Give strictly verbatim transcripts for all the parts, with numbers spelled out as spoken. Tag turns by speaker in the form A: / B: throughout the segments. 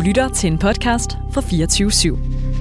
A: lytter til en podcast fra fireogtyve syv.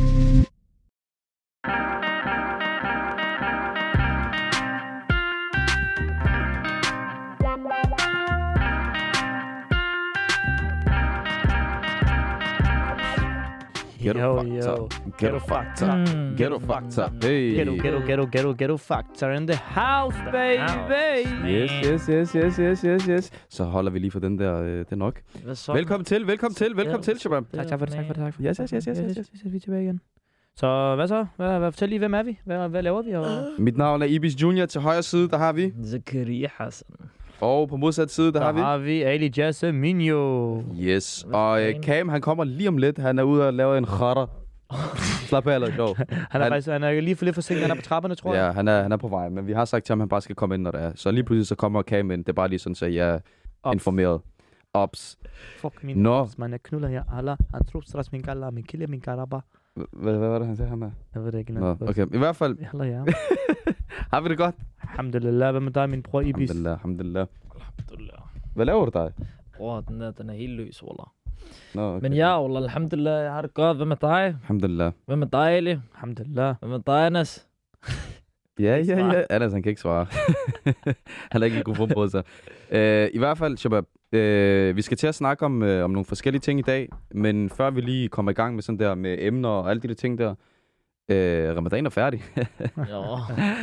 B: Ghetto Factor. Ghetto Factor. Ghetto Factor. Hey.
C: Ghetto, ghetto, ghetto, ghetto, ghetto Factor in the house, baby.
B: Yes, yes, yes, yes, yes, yes, yes. Så holder vi lige for den der, øh, det er nok. Velkommen til, velkommen til, velkommen til, Shabam.
C: Tak, tak for det, tak for det, tak for
B: det. Yes, yes, yes, yes, yes, yes.
C: Vi er tilbage igen. Så hvad så? Hvad, hvad, fortæl lige, hvem er vi? Hvad, hvad laver vi? Og...
B: Mit navn er Ibis Junior Til højre side, der har vi...
C: Zakaria Hassan.
B: Og på modsat side, der,
C: der
B: har vi...
C: Der har vi Ali Jasminho.
B: Yes, og øh, Cam, han kommer lige om lidt. Han er ude og laver en khara. Slap af, eller sjov.
C: Han er, han, faktisk, han er lige for lidt forsinket, han er på trapperne, tror jeg.
B: Ja, han er, han er på vej, men vi har sagt til ham, at han bare skal komme ind, når det er. Så lige pludselig så kommer Cam ind. Det er bare lige sådan, så jeg er informeret. Ops.
C: Fuck min no. Man er knuller her. Allah, han tror stress min galla, min kilde, min karaba.
B: Hvad var det, han sagde ham med?
C: Jeg ved det ikke.
B: Nå, okay. I hvert fald.
C: Allah, ja.
B: Har vi det godt?
C: Alhamdulillah. Hvad med dig, min bror Ibis?
B: Alhamdulillah, alhamdulillah.
C: Alhamdulillah.
B: Hvad laver du dig?
C: Bror, den er, den er helt løs, wallah.
B: Nå, okay.
C: Men ja, wallah, alhamdulillah, jeg har det godt. Hvad med dig?
B: Alhamdulillah.
C: Hvad med dig, Ali? Alhamdulillah. Hvad med dig, Anas?
B: Ja, ja, ja. Anas, han kan ikke svare. Han har ikke en mikrofon på sig. Uh, I hvert fald, Shabab, uh, vi skal til at snakke om, uh, om nogle forskellige ting i dag, men før vi lige kommer i gang med sådan der med emner og alle de der ting der, uh, Ramadan er færdig.
C: Ja.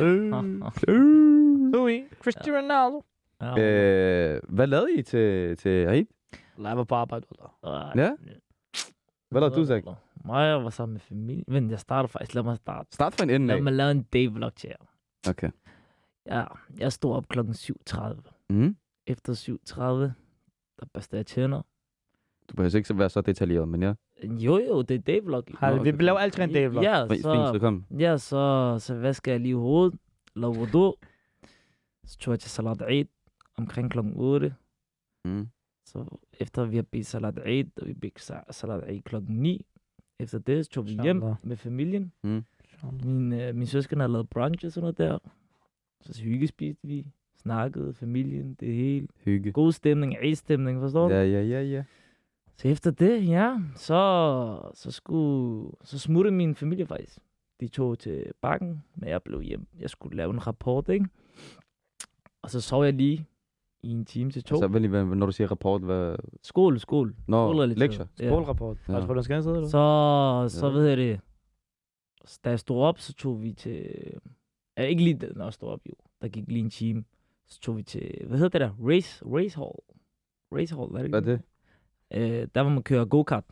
C: Louis, Cristiano Ronaldo.
B: Uh, hvad lavede I til, til Eid?
C: Jeg var på arbejde.
B: Ja? Hvad lavede du, Zach?
C: Mig, jeg var sammen med familie. Men jeg starter faktisk. Lad mig starte.
B: Start fra en ende af.
C: Lad mig lave en day-vlog til jer.
B: Okay.
C: Ja, jeg stod op klokken syv tredive.
B: Mm.
C: Efter syv tredive, der børste jeg tænder.
B: Du behøver ikke være så detaljeret, men ja.
C: Jo, jo, det er day-vlog.
B: Okay.
C: Vi laver altid en day-vlog. Ja, så,
B: kom.
C: ja, så, så vasker jeg lige hovedet. Laver wudu. Så tog jeg til salat Eid omkring klokken otte.
B: Mm.
C: Så efter vi har bedt salat Eid, og vi bedte salat Eid klokken ni. Efter det, så tog vi hjem med familien.
B: Mm.
C: Min, øh, min søsken har lavet brunch og sådan noget der. Så hyggespiste vi, snakkede, familien, det hele.
B: Hygge.
C: God stemning, Eid-stemning, forstår du?
B: Ja, ja, ja, ja.
C: Så efter det, ja, så, så, skulle, så smuttede min familie faktisk. De tog til bakken, men jeg blev hjem. Jeg skulle lave en rapport, ikke? Og så sov jeg lige i en time til to.
B: Så vel, når du siger rapport, hvad...
C: Skole, skole.
B: Nå, lektier.
C: Skolerapport.
B: Ja.
C: Jeg tror, den skal sidde, Så, så ja. ved jeg det. Da jeg stod op, så tog vi til... Ja, ikke lige når jeg stod op, jo. Der gik lige en time. Så tog vi til... Hvad hedder det der? Race, race hall. Race hall, hvad er det?
B: Hvad er det?
C: Øh, der, hvor man kører go-kart.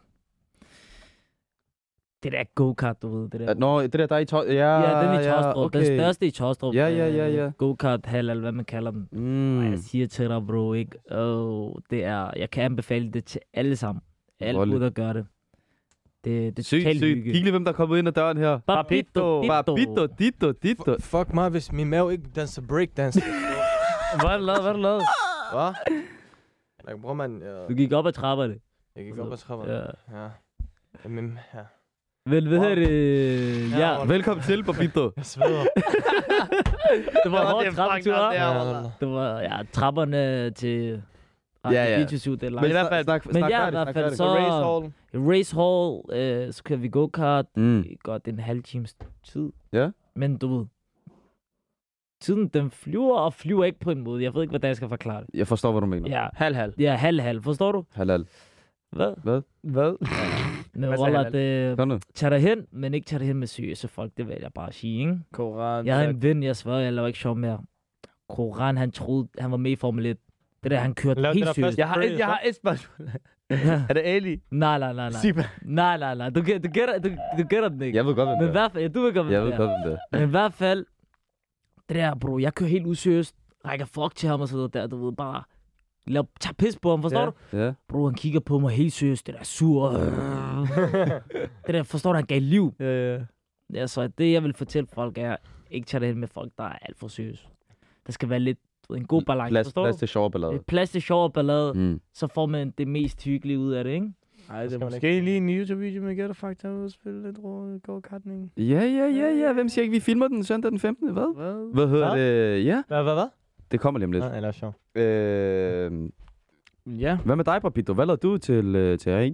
C: Det der go-kart, du ved. Det der.
B: Nå, det der, der er i Tostrup. Ja,
C: ja, den i Tostrup.
B: Ja, okay.
C: Den største i Tostrup.
B: Ja, ja, ja, ja.
C: Go-kart hall, eller hvad man kalder den.
B: Mm.
C: Og jeg siger til dig, bro, ikke? Oh, det er... Jeg kan anbefale det til alle sammen. Alle burde at gøre det. Det, det er
B: sygt,
C: totalt
B: sygt.
C: hygge.
B: Kig lige, hvem der er kommet ind ad døren her.
C: Papito.
B: Papito, dito, dito.
D: F- fuck mig, hvis min mave ikke danser breakdance.
C: Hvad har du lavet? Hvad har du lavet?
D: Hvad? Jeg bruger man... Jeg...
C: Du gik op ad trapperne.
D: Jeg gik op ad trapperne.
C: Ja.
D: Ja. Jamen, ja.
C: Vel, hvad hedder det? Ja.
B: ja. Velkommen til, Papito.
D: Jeg sveder.
C: Det var hårdt trappetur.
D: Ja,
C: det var, ja, trapperne til...
B: Ja, ja.
C: fireogtyve, det er langt.
B: Men i hvert fald, snak,
C: Men
B: snak
C: ja,
B: færdig,
C: i hvert fald så...
D: Race hall.
C: Race hall, øh, så kører vi go-kart.
B: Mm.
C: Godt en halv times tid.
B: Ja.
C: Men du ved... Tiden, den flyver og flyver ikke på en måde. Jeg ved ikke, hvordan jeg skal forklare det.
B: Jeg forstår, hvad du mener.
C: Ja.
D: Halv-halv.
C: Ja, halv-halv. Forstår du?
B: Halal.
C: Hvad?
B: Hvad?
D: Hvad?
C: Men Wallah, det...
B: Kom nu.
C: Tag dig hen, men ikke tag dig hen med seriøse folk. Det vil jeg bare sige, ikke?
D: Koran.
C: Jeg havde en ven, jeg svarede, jeg laver ikke sjov mere. Koran, han troede, han var med i Formel et. Det der, han kørte
D: Lav
C: helt
D: det
C: seriøst.
D: Jeg har et, jeg har et spørgsmål. Er det Ali?
C: Nej, nej, nej, nej. Nej, nej, nej. Du, du, gætter, du, du gætter den ikke.
B: Jeg ved godt, hvem
C: Men i
B: det er.
C: hvert fald, ja, du ved godt, hvem
B: Jeg ved
C: det
B: godt,
C: er.
B: hvem det er.
C: Men i hvert fald, det der, bro, jeg kører helt useriøst. Rækker fuck til ham og sådan noget der, du ved, bare... Lav, tag pis på ham, forstår
D: Ja.
C: du?
B: Ja.
C: Bro, han kigger på mig helt seriøst. Det der sur. Det der, forstår du, han gav liv.
D: Ja, ja.
C: Ja, så det, jeg vil fortælle folk, er, ikke tage det hen med folk, der er alt for seriøse. Der skal være lidt en god balance,
B: Plads,
C: forstår
B: plads
C: du?
B: til sjov ballade.
C: Et plads til sjov og ballade,
B: Mm.
C: så får man det mest hyggelige ud af det, ikke?
D: Ej, det er måske lige en YouTube-video med Ghetto Factor ud og spille lidt go-kartning.
B: Ja, ja, ja, ja. Hvem siger ikke, vi filmer den søndag den femtende? Hvad?
D: Hvad?
B: Hvad hedder det? Ja,
D: Hvad, hvad, hvad?
B: det kommer lige om lidt.
D: Nej, eller sjov.
B: Øh,
C: Ja.
B: hvad med dig, Papito? Hvad lavede du til, øh, til Eid?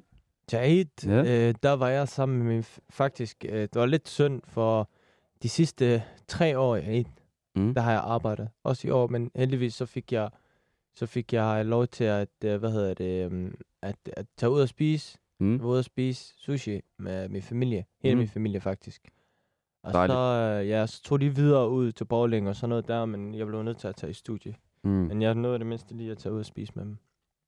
E: Til Eid,
B: Ja.
E: øh, der var jeg sammen med min... f- Faktisk, øh, det var lidt synd, for de sidste tre år i Eid,
B: Mm.
E: der har jeg arbejdet. Også i år, men heldigvis så fik jeg, så fik jeg lov til at, øh, hvad hedder det, um, at, at tage ud og spise.
B: Mm.
E: Jeg var ude og spise sushi med min familie. Hele
B: Mm.
E: min familie, faktisk. Og
B: Dejligt.
E: så, øh, ja, så tog de videre ud til bowling og sådan noget der, men jeg blev nødt til at tage i studie.
B: Mm.
E: Men jeg nåede det mindste lige at tage ud og spise med dem.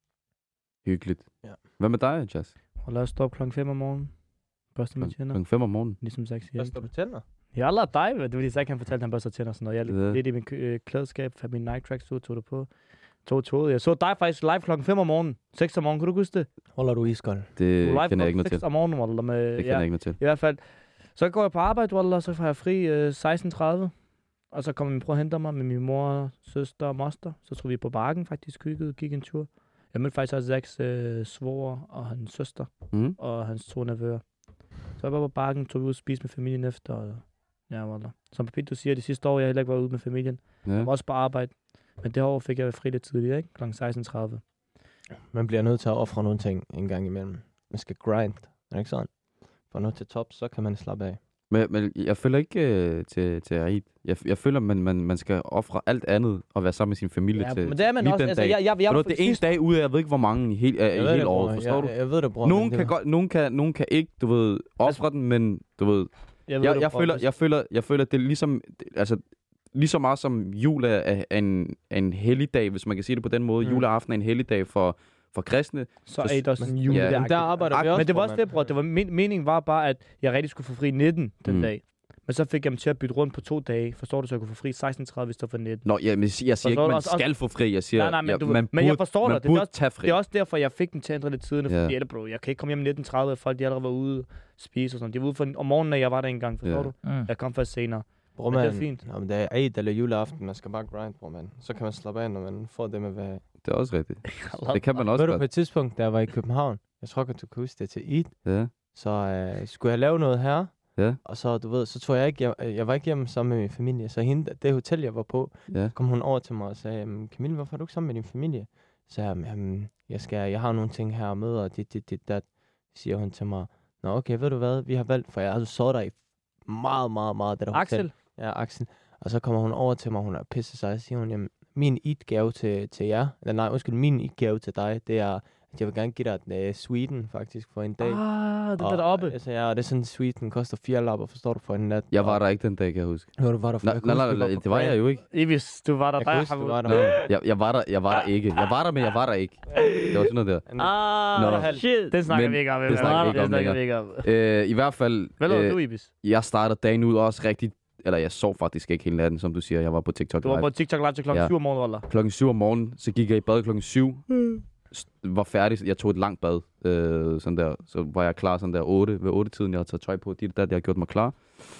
B: Hyggeligt.
E: Ja.
B: Hvad med dig, Jazz?
D: Og lad os stå op klokken fem om morgenen. Børste med tænder.
B: Klokken fem om morgenen.
D: Ligesom sagt siger.
E: Hvad står på tænder?
D: Jeg har lavet dig, det var lige sagt, han fortalte, at han børste tænder og sådan noget. Jeg er
B: Ja.
D: lidt, lidt i min kø- øh, klædeskab, fandt min Nike Tracks ud, tog det på. Tog toget. Jeg så dig faktisk live klokken fem om morgenen. seks om morgenen, kunne du huske det?
E: Holder du iskold?
B: Det
D: Du er live
B: kender jeg ikke
D: klokken
B: noget
D: seks
B: til.
D: om morgenen, Wallah, med,
B: Det kender
D: ja,
B: jeg ikke noget til.
D: i hvert fald. Så går jeg på arbejde, Wallah, så får jeg fri øh, seksten tredive. Og så kommer min bror og henter mig med min mor, søster og moster. Så tog vi på bakken faktisk, hyggede, gik en tur. Jeg mødte faktisk også Zachs øh, svoger og hans søster
B: Mm.
D: og hans to nevøer. Så jeg var på bakken, tog vi ud og spiste med familien efter. Og ja, Wallah. Som Papito siger, de sidste år, jeg heller ikke var ude med familien.
B: Ja.
D: Jeg var også på arbejde. Men det år fik jeg fri lidt tidligere, ikke? klokken seksten tredive.
E: Man bliver nødt til at ofre nogle ting en gang imellem. Man skal grind, er det ikke sådan? For noget til top, så kan man slappe af.
B: Men, men jeg føler ikke øh, til, til Eid. Jeg, jeg føler, man, man, man skal ofre alt andet og være sammen med sin familie
D: Ja,
B: til
D: men det er man
B: lige
D: også.
B: den
D: Altså,
B: dag.
D: jeg, jeg, jeg,
B: Ved du, det er en dag ud af, jeg ved ikke, hvor mange i, hel, øh, i
E: ved
B: hele
E: det,
B: året,
E: bror.
B: forstår
E: jeg,
B: du?
E: Jeg ved det, bror.
B: Nogen
E: men det
B: kan,
E: var-
B: godt, nogen, kan, nogen kan ikke, du ved, ofre den, men du ved,
D: jeg,
B: jeg,
D: det,
B: jeg,
D: bror.
B: føler, jeg, føler, jeg føler, det er ligesom, det- altså, lige så meget som jul er, er en, er en helligdag, hvis man kan sige det på den måde.
E: Mm.
B: Mm. Juleaften er en helligdag for, for kristne.
D: Så er det også sådan en jule.
B: Ja,
D: Ja,
E: Men der arbejder vi også,
D: men det var
E: bror,
D: også
E: mand.
D: det, bror. Det var, min, meningen var bare, at jeg rigtig skulle få fri nitten den
B: Mm.
D: dag. Men så fik jeg dem til at bytte rundt på to dage. Forstår du, så jeg kunne få fri seksten tredive i stedet for nitten.
B: Nå, ja, men jeg siger, jeg siger
D: Forstår
B: ikke,
D: du
B: man
D: også-
B: skal få fri. Jeg siger,
D: Nej, nej, men
B: ja,
D: du-
B: man
D: men jeg
B: burde,
D: forstår
B: man
D: dig. Det er
B: burde
D: også-
B: tage fri.
D: Det er også derfor, jeg fik dem til at ændre lidt tiderne.
B: Ja.
D: Fordi ellers, bro, jeg kan ikke komme hjem nitten tredive, folk de allerede var ude og spise og sådan. De var ude for, om morgenen, når jeg var der engang. Forstår
B: Ja.
D: du?
C: Mm.
D: Jeg kom først senere.
E: Bror,
D: Men det er
E: man,
D: fint.
E: Nå, men det er Eid eller juleaften, man skal bare grind, bror, man. Så kan man slappe af, når man får det med hvad.
B: Det er også rigtigt. Det kan man også
E: Ved du, på
B: godt.
E: et tidspunkt, da jeg var i København, jeg tror godt, du kan huske det til Eid,
B: Ja.
E: så øh, skulle jeg lave noget her,
B: Ja.
E: og så, du ved, så tog jeg ikke, jeg, jeg var ikke hjemme sammen med min familie, så hende, det hotel, jeg var på,
B: Ja.
E: kom hun over til mig og sagde, Camille, hvorfor er du ikke sammen med din familie? Så jeg, jamen, jeg, skal, jeg har nogle ting her og møder, og det, det, det, dat, siger hun til mig. Nå, okay, ved du hvad, vi har valgt, for jeg har så der i meget, meget, meget det der hotel.
D: Axel,
E: Ja, Axel. Og så kommer hun over til mig, hun er pisse sig, og siger hun, jamen, min Eid-gave til, til jer, eller nej, undskyld, min Eid-gave til dig, det er, at jeg vil gerne give dig den uh, Sweden, faktisk, for en dag.
D: ah, det
E: og,
D: der deroppe.
E: Altså, ja, og det er sådan, Sweden koster fire lapper, forstår du, for en nat.
B: Jeg var
E: og,
B: der ikke den dag, kan jeg huske.
E: Nå, du var der for,
B: Nej,
E: jeg kunne
B: nej,
E: huske,
B: nej,
E: vi
B: nej,
E: på
B: det var jeg jo ikke.
D: Ibis, du var der.
E: Jeg
D: der
E: kunne huske,
D: har
E: du
D: vi-
E: var der.
B: Nå, jeg, jeg, var der, jeg var der ikke. Jeg var der, men jeg var der ikke. Det var sådan noget der.
D: Ah,
B: Nå.
C: Shit.
D: den snakker
B: Men
D: vi ikke om.
B: det snakker vi ikke om
D: Det snakker
B: længere.
D: vi ikke om.
B: Øh, I hvert fald,
D: Hvad lavede
B: øh,
D: du, Ibis?
B: jeg startede dagen ud også rigtig... Eller jeg sov faktisk ikke hele natten, som du siger. Jeg var på TikTok
D: Du var
B: live.
D: på TikTok live til klokken
B: Ja.
D: syv om morgenen, Wallah.
B: Klokken syv om morgenen, så gik jeg i bad klokken syv. S- Var færdig. Jeg tog et langt bad. Øh, sådan der. Så var jeg klar sådan der otte. Ved otte tiden, jeg havde taget tøj på. Det der, det har gjort mig klar.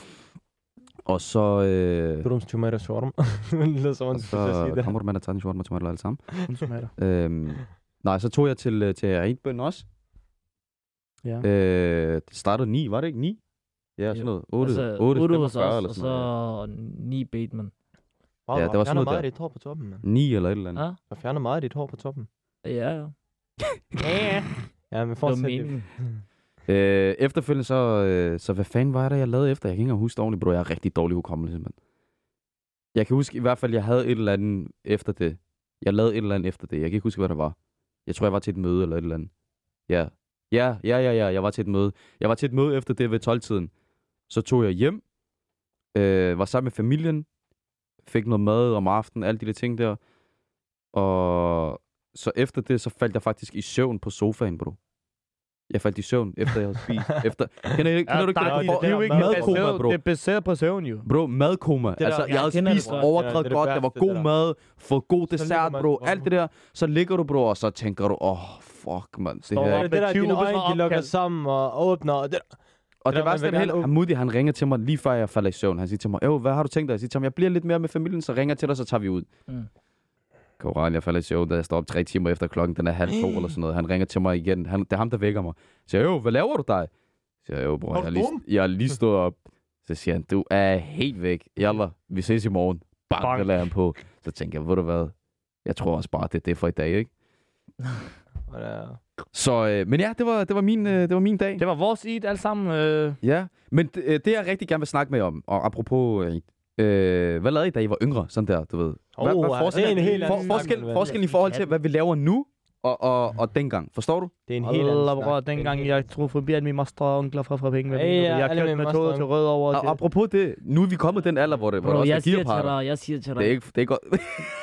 B: Og så... Øh,
E: Durums tomater shawarma. Det lyder som om,
B: og
E: du skulle sige
B: så
E: det.
B: kommer du med at tage en short med tomater alle sammen.
D: Hun smager.
B: Øhm, nej, så tog jeg til, øh, til Eidbøn også.
D: Ja.
B: Øh, det startede ni, var det ikke ni? Ja, sådan noget. otte,
C: Altså,
B: otte,
C: otte hos
B: femogfyrre
C: os,
B: eller
C: og
B: sådan noget.
C: så ni Bateman.
E: Wow,
B: Ja,
E: ja,
B: det var sådan
E: noget
B: noget
E: meget
B: der.
E: af dit hår på toppen, mand.
B: ni eller et eller andet.
C: Ja,
E: Du fjerner meget af dit hår på toppen.
C: ja, ja.
E: Ja, men
C: Det var
E: fortsæt.
C: meningen.
B: Øh, efterfølgende så, øh, så hvad fanden var det, jeg lavede efter? Jeg kan ikke engang huske det ordentligt, bro. Jeg har rigtig dårlig hukommelse, simpelthen. Jeg kan huske i hvert fald, jeg havde et eller andet efter det. Jeg lavede et eller andet efter det. Jeg kan ikke huske, hvad det var. Jeg tror, jeg var til et møde eller et eller andet. Ja. Ja, ja, ja, ja. Jeg var til et møde. Jeg var til et møde efter det ved tolv-tiden. Så tog jeg hjem. Øh, var sammen med familien. Fik noget mad om aftenen. Alle de der ting der. Og så efter det, så faldt jeg faktisk i søvn på sofaen, bro. Jeg faldt i søvn, efter jeg havde spist. efter... Kender, I- kender du ikke
D: der-
B: det?
D: det, det er jo ikke
B: Madkoma,
D: baseret-
B: bro.
D: Det er baseret på søvn, jo.
B: Bro, madkoma.
E: der-
B: Altså,
E: jeg
B: jeg havde
C: kender det
B: spist
C: godt.
B: overdrevet
E: Ja, det er det
B: godt. Der var
E: værste,
B: god
E: det der.
B: mad. Fået god
E: ligger
B: dessert,
E: man
B: bro.
E: på
B: Alt det der. Så ligger du, bro, og så tænker du, åh, oh, fuck, mand. Det
D: Står
B: her.
D: op.
E: Det, det der,
D: tyve
E: dine
D: hvis man
E: øjne, de lukker
D: opkaldt.
E: sammen og åbner. Og det,
B: Og
E: det
B: det
E: der,
B: værste
E: man
B: er
E: vil
B: det hele,
E: gerne
B: Hamudi, han ringer til mig lige før jeg falder i søvn. Han siger til mig, øh, hvad har du tænkt dig? Jeg siger til ham, jeg bliver lidt mere med familien, så ringer jeg til dig, så tager vi ud.
C: Mm.
B: Koran, jeg falder i søvn, da jeg står op tre timer efter klokken, den er halv to eller sådan noget. Han ringer til mig igen. Han, det er ham, der vækker mig. Så siger jeg, øh, hvad laver du dig? Så siger jeg, øh, bror, jeg har lige, jeg har lige stået op. Så siger han, du er helt væk. Jalla, vi ses i morgen. Bang,
D: Bang.
B: der lader han på. Så tænker jeg, ved du hvad? Jeg tror også bare, det er det for i dag, ikke?
E: og der,
B: Så, øh, men ja, det var, det var min, øh, det var min dag.
D: Det var vores Eid alle sammen. Øh.
B: Ja, men det, øh, det jeg rigtig gerne vil snakke med om, og apropos, øh, hvad lavede I, da I var yngre, sådan der, du ved? Hvad,
E: Oh,
B: hvad
E: ja,
B: forskellen,
E: det er en helt
B: for,
E: anden
B: forskel,
E: snak,
B: forskellen i forhold til, hvad vi laver nu, og, og, og dengang. Forstår du?
E: Det er en helt anden
D: Allah,
E: snak.
D: bror,
E: Det er en
D: dengang
E: helt-
D: jeg troede forbi, at min moster og onkler fra fra penge med
E: Ja,
D: mig.
E: ja,
D: Jeg
E: alle
D: kørte
E: mine
D: med
E: moster-
D: toget til Rødovre.
B: Og apropos det, nu er vi kommet den alder, hvor det, hvor
C: Bro,
B: der også
C: jeg
B: er
C: siger til
B: gearparter.
C: dig, jeg siger til
B: Det er
C: dig.
B: ikke, det er ikke godt.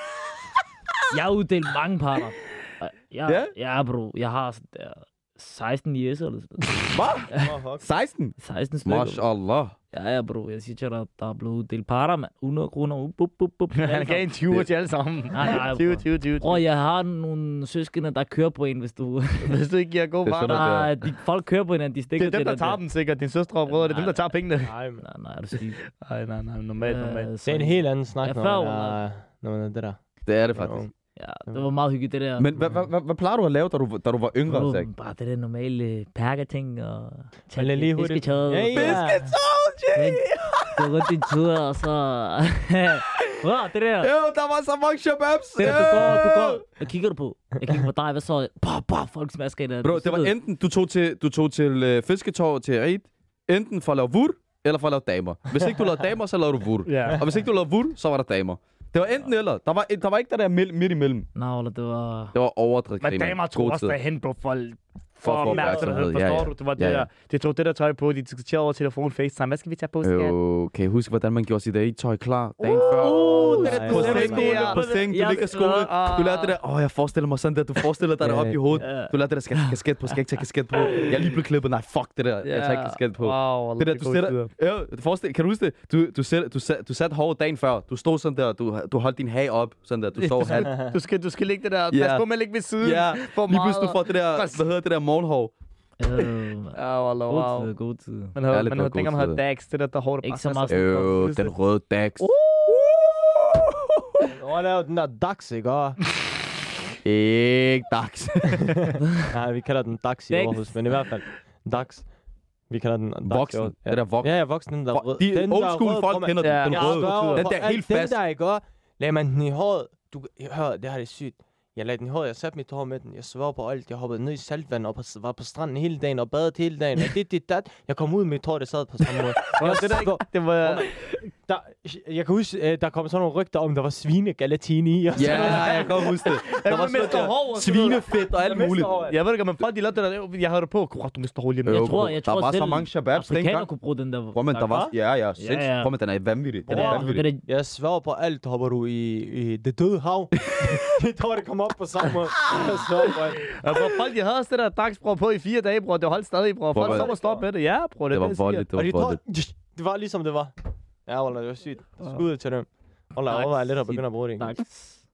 C: Jeg har uddelt mange parter. Jeg,
B: Ja?
C: ja, bro. Jeg har sådan der seksten years eller sådan
B: Hvad?
E: Åh, fuck.
B: seksten?
C: seksten stykker.
B: Mashallah.
C: Ja, ja, bro. Jeg siger til dig, der er blevet uddelt parter, mand. hundrede kroner. Up, up, up, up.
D: Han gav en tyver til alle sammen.
C: Nej, nej,
D: tyve,
C: bro.
D: tyve, tyve.
C: Bror, jeg har nogle søskende, der kører på en, hvis du...
D: Hvis du ikke giver god
B: Det er
D: far.
B: sådan,
C: Nej, de, folk kører på hinanden, de
D: Det
C: stikker
D: er dem,
C: til
D: der
C: den
D: tager dem sikkert. Din søstre og brødre, det er dem, der tager pengene.
E: Nej, men
C: Nej, nej, er du syg?
D: Nej, nej, nej. Normalt, normalt.
C: Øh,
E: det er en helt anden snak,
C: Jeg
E: når
C: før,
E: man er, når man er det der.
B: Det er det faktisk.
C: Ja, det var meget hyggeligt, det der.
B: Men hvad, hvad, hvad, hvad plejer du at lave, da du, da du var yngre,
C: Bro,
B: Zach?
C: bare det der normale perkerting og...
E: Men lad lige hurtigt.
C: Fisketøjet.
E: Ja, ja.
C: Men gå rundt i en tur, og så... Wow, det der.
B: Jo, der var så mange shababs.
C: Det der, du går, du går. Hvad kigger du på? Jeg kigger på dig, hvad så? Bah, bah, folk smasker i det.
B: Bro, det var enten, du tog til, du tog til øh, fisketår til Eid, enten for at lave vur, eller for at lave damer. Hvis ikke du lavede damer, så lavede du vur.
D: Ja.
B: Og hvis ikke du lavede vur, så var der damer. Det var enten eller. Der var, der var ikke der der midt, midt imellem.
C: Nå, eller det var...
B: Det var overdrevet.
D: Men
B: grineren.
D: damer tog
B: God
D: også
B: tid.
D: derhen, bro, for,
B: For
D: for
B: at få
D: opmærksomhed.
B: opmærksomhed, ja,
D: Forstår
B: ja.
D: du? Det var det
B: Ja, ja.
D: der. De tog det der tøj på, de diskuterede over telefon, FaceTime. Hvad skal vi tage på, skat?
B: Jo, kan I huske, hvordan man gjorde sit Eid-tøj klar dagen før?
D: Uh, det
E: der
B: På
E: du
B: sengen,
D: der.
B: på sengen, du
C: Jeg
B: ligger i skole.
D: skrev-
B: Du lærte det der, åh, jeg forestiller mig sådan der, du forestiller dig det op i hovedet. Du lærte det der, skal jeg tage kasket på, skal jeg ikke tage kasket på? Jeg er lige blevet klippet, nej, fuck det der, jeg tager ikke kasket på.
D: Wow,
B: Det der, du sætter, ja, forestil, kan du huske det? Du, du, sætter, du, sat, du satte håret dagen før. Du stod sådan der, du, du holdt din hage op, sådan der, du står hat.
D: Du skal, du skal ligge det der.
B: Ja.
D: Pas på med at ligge ved siden.
B: Ja,
D: For
B: lige
D: meget.
B: pludselig du får det der, hvad hedder det der morgenhår.
C: Øh,
D: Ja, wallah,
C: god
D: wow.
C: tid, god tid.
D: Man havde,
B: Ærligt,
D: man
B: det var
D: havde dengang, man
B: gode
D: havde Dax, det der, der hårdt.
C: Ikke så meget sådan-
B: Øh, den røde Dax.
E: Åh, der er jo den der Dax, ikke? Og...
B: Ikke Dax.
E: Nej, vi kalder den Dax i
C: Dax.
E: Aarhus, men i hvert fald Dax. Vi kalder den Dax. i
B: Voksen.
E: Aarhus. Ja.
B: Det der voksen.
E: Ja, ja, voksen, den der
B: Hvor-
E: rød.
B: de
E: den
B: old
E: der
B: school
E: rød,
B: folk
E: tror man-
B: kender den.
D: Ja.
B: Den
E: Jeg
B: røde.
E: spørger,
B: Den
E: for
B: der
E: alt
B: helt
E: den
B: fast.
E: der, ikke? Lagde man den i håret. Du, hør, det her det er sygt. Jeg lagde den i håret, jeg satte mit hår med den. Jeg svær på alt. Jeg hoppede ned i saltvand og på, var på stranden hele dagen og badede hele dagen. Og det, det, dat. Jeg kom ud med mit hår, det sad på samme måde.
D: Ja, det der ikke, det var...
E: Der, jeg kan huske, øh, der kom sådan nogle rygter om, der var svinegalatine i. Og
B: Ja, jeg kan godt huske det. Der var sådan der svinefedt og alt muligt.
D: Jeg ved ikke, men folk de lavede det der, jeg havde det på. Bror, du mister hul lige
B: Jo,
C: Jeg tror, jeg
B: der
C: tror
B: var så
C: selv,
B: mange shababs
C: afrikaner
B: dengang.
C: kunne bruge den der.
B: Prøv, men der var... Ja, ja, sindssygt.
C: ja.
B: Prøv, men den er vanvittig. Den er
C: Bror,
B: vanvittig.
C: det der,
E: Jeg svær på alt, hopper du i, i det døde hav. Jeg tror, det kommer op på samme måde. Jeg svær på alt.
D: Ja, bror, folk de havde også det der Dax, bror, på i fire dage, bror. Det holdt stadig, bror. Folk
B: Bror,
D: så var stoppe med det. Ja, bror, det,
B: Det var
D: jeg siger.
B: voldeligt, det
E: Og
B: var
E: de tror,
B: voldeligt.
E: det var ligesom det var. Ja, Wallah, det var sygt. Skud til dem. Wallah, jeg overvejer lidt at begynde at bruge det igen.
C: tak.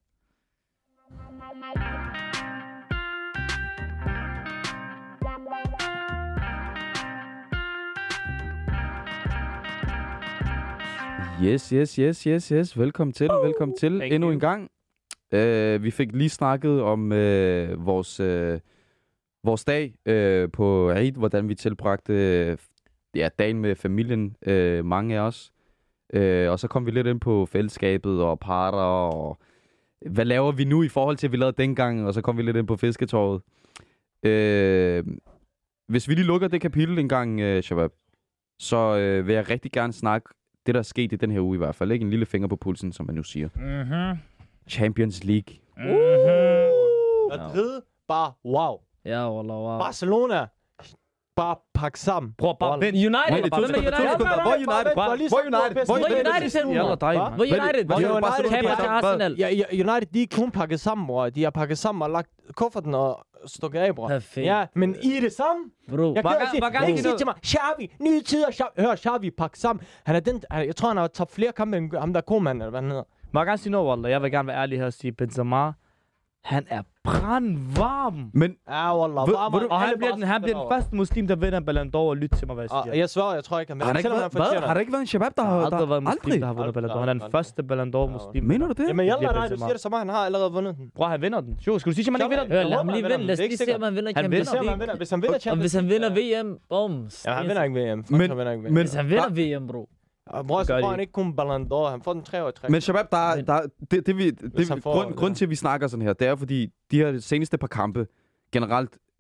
B: Yes, yes, yes, yes, yes. Velkommen til, velkommen til
D: Thank
B: endnu
D: you.
B: en gang. Uh, vi fik lige snakket om uh, vores, uh, vores dag uh, på Eid, hvordan vi tilbragte uh, ja, dagen med familien, uh, mange af os. Uh, og så kom vi lidt ind på fællesskabet og parter, og hvad laver vi nu i forhold til, at vi lavede dengang, og så kom vi lidt ind på fisketåret. Uh, hvis vi lige lukker det kapitel en gang, uh, Shabab, så uh, vil jeg rigtig gerne snakke det, der er sket i den her uge i hvert fald. Ikke en lille finger på pulsen, som man nu siger.
C: Mhm.
B: Champions League.
E: Madrid, bare wow.
C: Ja, wallah, wow.
E: Barcelona, bare pak sammen.
D: Bror, bare vent.
C: United,
B: Wait,
C: hvad med
B: to
C: United?
B: sekunder. Hvor er United?
E: Hvor er
B: Hvor er United? Hvor er
C: Hvor er
B: United?
C: United til,
D: Jalla,
C: bror?
D: dig, mand.
C: Hvor er United?
E: Hvad?
C: Hvor er
E: United,
C: United? Taber til Arsenal.
E: Ja, ja, United, de er kun pakket sammen, bror. De har pakket sammen og lagt kufferten og stukket af, bror.
C: Perfekt.
E: Ja, men I er det samme.
C: Bro,
E: Jeg kan
C: Hvor
E: ikke sige,
C: gang-
E: jeg kan ikke sige til mig, Xavi, nye tider, Xavi. Hør, Xavi, pak sammen. Han er den, han- jeg tror, han har tabt flere kampe end ham der Koeman, eller hvad han hedder.
D: Må jeg gerne sige noget, Wallah? Jeg vil gerne være ærlig her og sige, Benzema, han er brandvarm.
B: Men
E: Ja, wallah.
B: Ved-
E: varm,
B: ved du-
D: Og han
E: alle
D: bliver den, han bliver den
E: Barca-spillere.
D: første muslim, der vinder en Ballon d'Or, og lyt til mig, hvad jeg
E: Og
D: siger.
E: jeg svær, jeg tror ikke, han
B: har der
E: vinder.
B: ikke
E: Selvom
B: været,
E: han
B: hvad?
E: fortjener
B: Har der
E: det.
B: ikke været en shabab, der
D: Der
B: har...
D: har aldrig
B: Der,
D: været en muslim,
B: aldrig?
D: der har vundet Ballon d'Or. Han er den
E: Aldrig.
D: første Ballon d'Or muslim.
B: Mener du det?
E: Jamen,
D: Det
E: Jalla,
D: bliver
E: nej, du
D: Benzema.
E: siger det så meget. Han har allerede vundet den.
D: Bror, han vinder den. Jo, skal du sige, at man ikke vinder den?
C: Hør, lad ham lige vinde. Lad os
E: Det er
C: lige
E: ikke
C: se, om han vinder
D: Han
C: Champions
E: Se, om han
C: League.
E: vinder. Hvis han vinder
C: Og
E: Champions
C: hvis han vinder V M, bum.
E: Ja, han vinder ikke V M.
B: Men-
E: Han vinder ikke V M.
B: men-
C: Hvis han vinder V M, bro.
E: Og bror, så
D: gør
E: får
D: de
E: han ikke kun Ballon d'Or. Han får den tre år i træk.
B: Men Shabab, der, er- der, er- det, det, vi,
E: Hvis han
B: det,
E: får-
B: grund, grund til, at vi snakker sådan her, det er fordi, de her seneste par kampe, generelt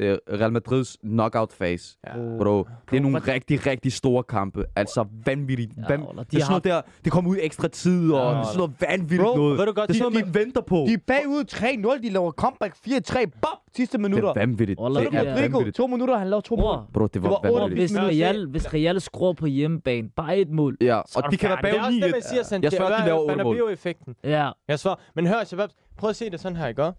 B: Det er Real Madrids knockout phase.
E: Ja.
B: Bro, det er nogle rigtig, rigtig store kampe. Altså vanvittigt.
C: Ja,
B: Van...
C: Wallah, de
B: det er sådan
C: har-
B: noget der, det kommer ud i ekstra tid, og
D: Ja,
B: det er sådan noget vanvittigt
D: Bro,
B: noget.
E: ved du godt,
B: det er sådan
E: de-
B: noget, man venter på.
D: De er bagud tre nul, de laver comeback fire tre, bop, sidste
B: Det
D: minutter.
B: er vanvittigt.
C: Wallah,
B: Det
C: det
B: er
C: er-
D: Rodrigo,
B: vanvittigt.
D: to minutter, han lavede to mål.
C: Bror,
B: Bro, det var
D: Det var
C: bror,
B: vanvittigt.
C: hvis
D: minutter.
C: Real, hvis Real skruer på hjemmebane, bare et mål.
B: Ja,
C: Så er
B: og
C: du
B: de kan være
C: færdig.
E: Det er
B: bag
E: også det,
B: ni
E: man
B: et.
E: siger sådan.
B: Jeg svær, de laver otte mål.
E: Bernabeu-effekten.
C: Ja.
E: Jeg svarer. Men hør, Shabab, prøv at se det sådan her, ikke?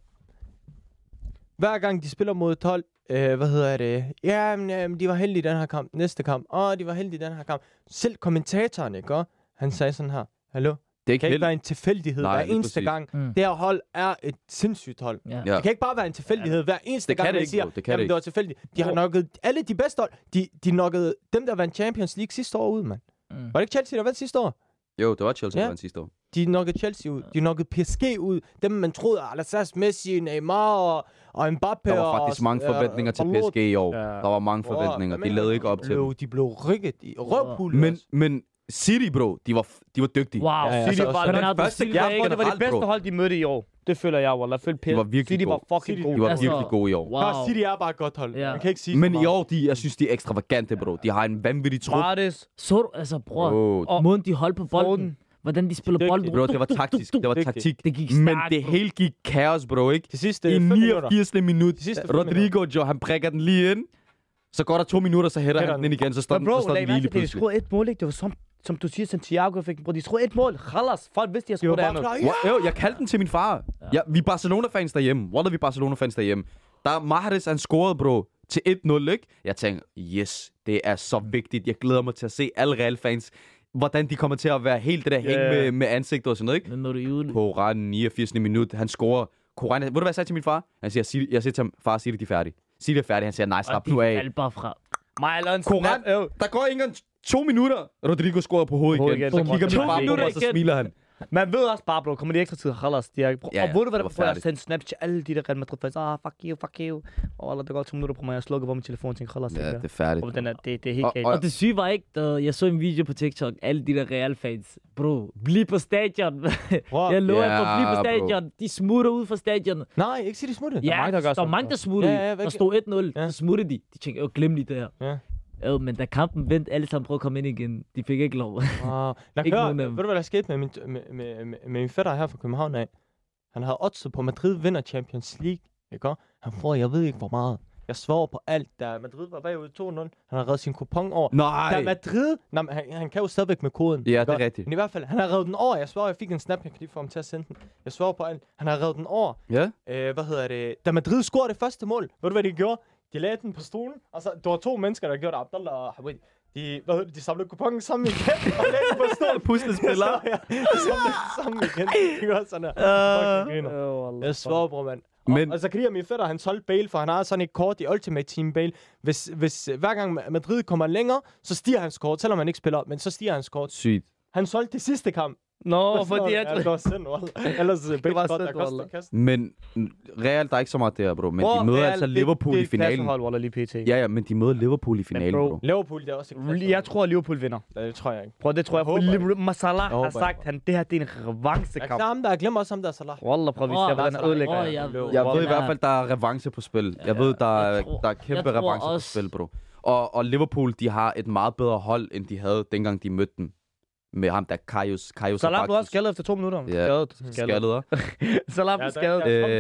E: Hver gang de spiller mod et hold, øh, hvad hedder det? Ja, men, øh, de var heldige i den her kamp. Næste kamp. Åh, de var heldige i den her kamp. Selv kommentatoren, ikke? Han sagde sådan her. Hallo?
B: Det er
E: Det
B: ikke
E: kan ikke
B: helt.
E: være en tilfældighed
B: Nej,
E: hver
B: lige
E: eneste
B: præcis.
E: gang.
C: Mm.
E: Det her hold er et sindssygt hold.
C: Ja.
B: Ja.
E: Det kan ikke bare være en tilfældighed hver eneste
B: Det kan
E: gang,
B: det
E: man
B: ikke,
E: siger,
B: bro. Det kan
E: jamen
B: det
E: det var tilfældigt. De har nokket alle de bedste hold. De, de nokkede dem, der vandt Champions League sidste år ud, mand.
C: Mm.
E: Var det ikke Chelsea, der vandt sidste år?
B: Jo, det var Chelsea, der
E: Ja.
B: vandt sidste år.
E: De nokkede Chelsea ud. De nokkede P S G ud. Dem, man troede, Alassas, Messi, Neymar og, og Mbappé.
B: Der var faktisk
E: og,
B: mange forventninger til P S G i år.
D: Ja.
B: Der var mange forventninger. De lavede ikke op til dem.
E: De blev rykket i røvpullet.
B: Men, men City, bro, de var, de var dygtige.
C: Wow.
E: Ja, ja,
D: City
E: altså,
D: var
E: også-
B: den
C: Bernardo
B: første
C: Silva,
D: Ja,
C: ikke?
D: bro, det var det
B: generelt,
D: bedste
B: bro.
D: hold, de mødte i år. Det føler jeg, Wallah. Følte
B: De var virkelig
D: City var
B: gode.
D: fucking
E: City-
D: gode.
B: De var
C: Altså,
B: virkelig gode i år.
C: Wow.
E: Wow. City er bare et godt hold.
C: Ja.
E: Man kan ikke sige
B: Men
E: så
B: i
E: meget.
B: år, de, jeg synes, de er ekstravagante, bro. De har en vanvittig trup.
D: Martes,
C: Så du, altså bror,
B: Bro,
D: Og-
C: måden de holdt på bolden,
D: Foden.
C: hvordan de spiller
E: Dygtige.
C: bolden.
B: bro, det var taktisk. Det var
E: Dygtig.
B: taktik.
C: Det gik
B: Men
C: stærkt,
B: det
C: bro.
B: hele gik kaos, bro, ikke?
E: De sidste
B: I
E: fem minutter.
B: niogfirsende minut.
E: De sidste fem
B: Rodrigo, jo, han prikker den lige ind. Så går der to minutter, så hætter
E: Hætter
B: han den ind igen, så står
D: Men
B: den,
D: bro,
B: så står
D: lag
B: den
D: mærke
B: lige
D: til, de
B: pludselig.
D: skruede et mål, ikke? Det var som, som du siger, Santiago fik den, bro. De skruede et mål. Khalas. Folk vidste, de
E: De var
D: havde
E: bare
D: skruet
E: klar.
D: andet.
B: Wow, jo, jeg kaldte den til min far. Ja, vi er Barcelona-fans derhjemme. Wallah, vi er Barcelona-fans derhjemme. Der er Mahrez, han scorede, bro, til et nul, ikke? Jeg tænkte, yes, det er så vigtigt. Jeg glæder mig til at se alle Real-fans, hvordan de kommer til at være helt det der hænge
D: Ja.
B: med, med ansigtet og sådan noget, ikke?
C: Men når du er ude...
B: Koran, niogfirsende minut, han scorer. Koran, ved du hvad jeg sagde til min far? Han siger, sig, jeg siger til ham, far, sig det, de er færdige. Sig det er færdigt. Han siger, nej, slap
C: og
B: nu
C: de
B: af.
C: faldt bare fra.
D: Marlon
B: Koran,
D: snap. Øh.
B: der går ikke engang to minutter. Rodrigo scorer på hovedet
D: Hovedet
B: igen.
D: igen.
B: Så
D: Bum,
B: kigger
C: to
B: min far på
C: minutter
B: mig, og så
C: igen.
B: smiler han.
D: Man ved også bare, bro, kommer de ekstra tid, Khalas. De er,
B: Ja,
D: og
B: ja,
D: ved du, hvad
B: det
D: der
B: var
D: får jeg
B: færdigt.
D: sendt snaps til alle de der Real Madrid fans. Ah, fuck you, fuck you. Og Allah, der går to minutter på mig, jeg slukker på min telefon til Khalas.
B: Ja, det er færdigt.
D: Og den er, det, det er helt
B: Og-
D: galt.
B: og-
C: Og det syge var ikke, da jeg så en video på TikTok, alle de der Real-fans. Bro, bliv på stadion.
E: Bror.
C: Jeg lover
B: Ja,
C: yeah, at bliv på
B: bro.
C: stadion. De smutter ud fra stadion.
E: Nej, ikke sige de smutte.
C: Ja,
D: mange, der gør
C: der er
D: sådan,
C: mange,
D: bro.
C: der smuttede.
E: Ja, ja, hvad
C: der
E: kan-
C: stod et nul,
E: Ja.
C: så smuttede de. De tænkte, åh, glem lige det her.
E: Ja.
C: Øh, men da kampen vendte, alle sammen prøvede at komme ind igen. De fik ikke lov.
E: Ah, nej,
C: Ikke
E: hør,
C: nogen af
E: ved
C: dem.
E: du, hvad der skete med min, med, med, med, med min fætter her fra København af? Han havde oddset på, Madrid vinder Champions League, ikke? Han får, jeg ved ikke hvor meget. Jeg svarer på alt, da Madrid var bagud to nul. Han har reddet sin kupon over. Da
B: Nej.
E: Madrid... Nej, men han, han kan jo stadigvæk med koden.
B: Ja, det er
E: ikke?
B: rigtigt.
E: Men i hvert fald, han har reddet den over. Jeg svarer, jeg fik en snap, jeg kan lige få ham til at sende den. Jeg svarer på alt. Han har reddet den over.
B: Ja?
E: Øh, hvad hedder det? Da Madrid scorede det første mål, ved du hvad de gjorde? De lagde den på stolen, og så, der var to mennesker, der gjorde det, Abdallah og Hawid. De, hvad hedder det, de samlede kuponen sammen igen, og lagde den på stolen.
B: Puslespiller.
E: Ja, de samlede den sammen igen. Det gør sådan her. Fucking griner. Jeg svarer, bror, mand. Og,
B: Men-
E: og så kan min fætter, han solgte Bale, for han har sådan et kort i Ultimate Team Bale. Hvis, hvis øh, hver gang Madrid kommer længere, så stiger hans kort, selvom han ikke spiller, men så stiger hans kort.
B: Sygt.
E: Han solgte det sidste kamp.
D: Nå, fordi
E: Ja,
D: at...
E: det var synd, wallah. Ellers øh, Bale
D: var
E: kort, der
D: synd,
E: koster
D: wallah.
E: kassen.
B: Men Real, der er ikke så meget der, bro. Men
D: Bro,
B: de møder
D: Real,
B: altså
D: det-
B: Liverpool
D: det er
B: i
D: et
B: finalen.
D: klassehold, Wallah, lige pt.
B: Ja, ja, men de møder Liverpool i finalen,
D: bro,
B: bro.
E: Liverpool, det er også et klasse.
D: Jeg tror, at Liverpool vinder.
E: Ja, det tror jeg ikke.
D: Prøv, det tror jeg.
E: Jeg
D: For
E: håber
D: Liverpool, Masalah
E: Jeg
D: har
E: håber
D: sagt,
E: ikke.
D: han, det her det er en
E: Jeg
D: revancekamp.
E: glemmer ham der, jeg glemmer også ham der, Salah.
D: Wallah, prøv, vi
C: Åh,
D: ser, hvordan
E: der er
D: han ødelægger.
C: Åh,
D: jer.
C: jeg ved-
B: Jeg ved i
C: Ja.
B: hvert fald, der er revanche på spil. Jeg ved, der er,
C: Jeg tror-
B: der er kæmpe
C: jeg tror
B: revanche på
C: også-
B: spil, bro. Og, og Liverpool, de har et meget bedre hold, end de havde, dengang de mødte dem. Med ham der, Karius, Karius
D: Salah blev også skadet efter to minutter.
B: Ja.
D: Skadet.
B: Skaldet, og
D: Salah blev skadet.
B: der-
E: Øh,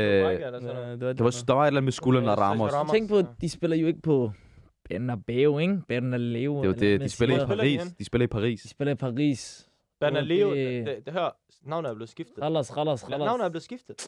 B: det var, der var et eller andet med skulderen af Ramos.
E: Ramos.
C: Tænk på, de spiller jo ikke på Bernabeu, ikke? Bernabeu.
B: Det var det, de spiller i
E: Hvor spiller de
B: Paris.
E: henne?
B: De spiller i Paris.
C: De spiller i Paris.
E: Bernaleo,
C: Det-
E: det, det, hør, navnet er blevet skiftet.
C: Rallers, rallers,
E: Navnet er
C: rallers.
E: blevet skiftet.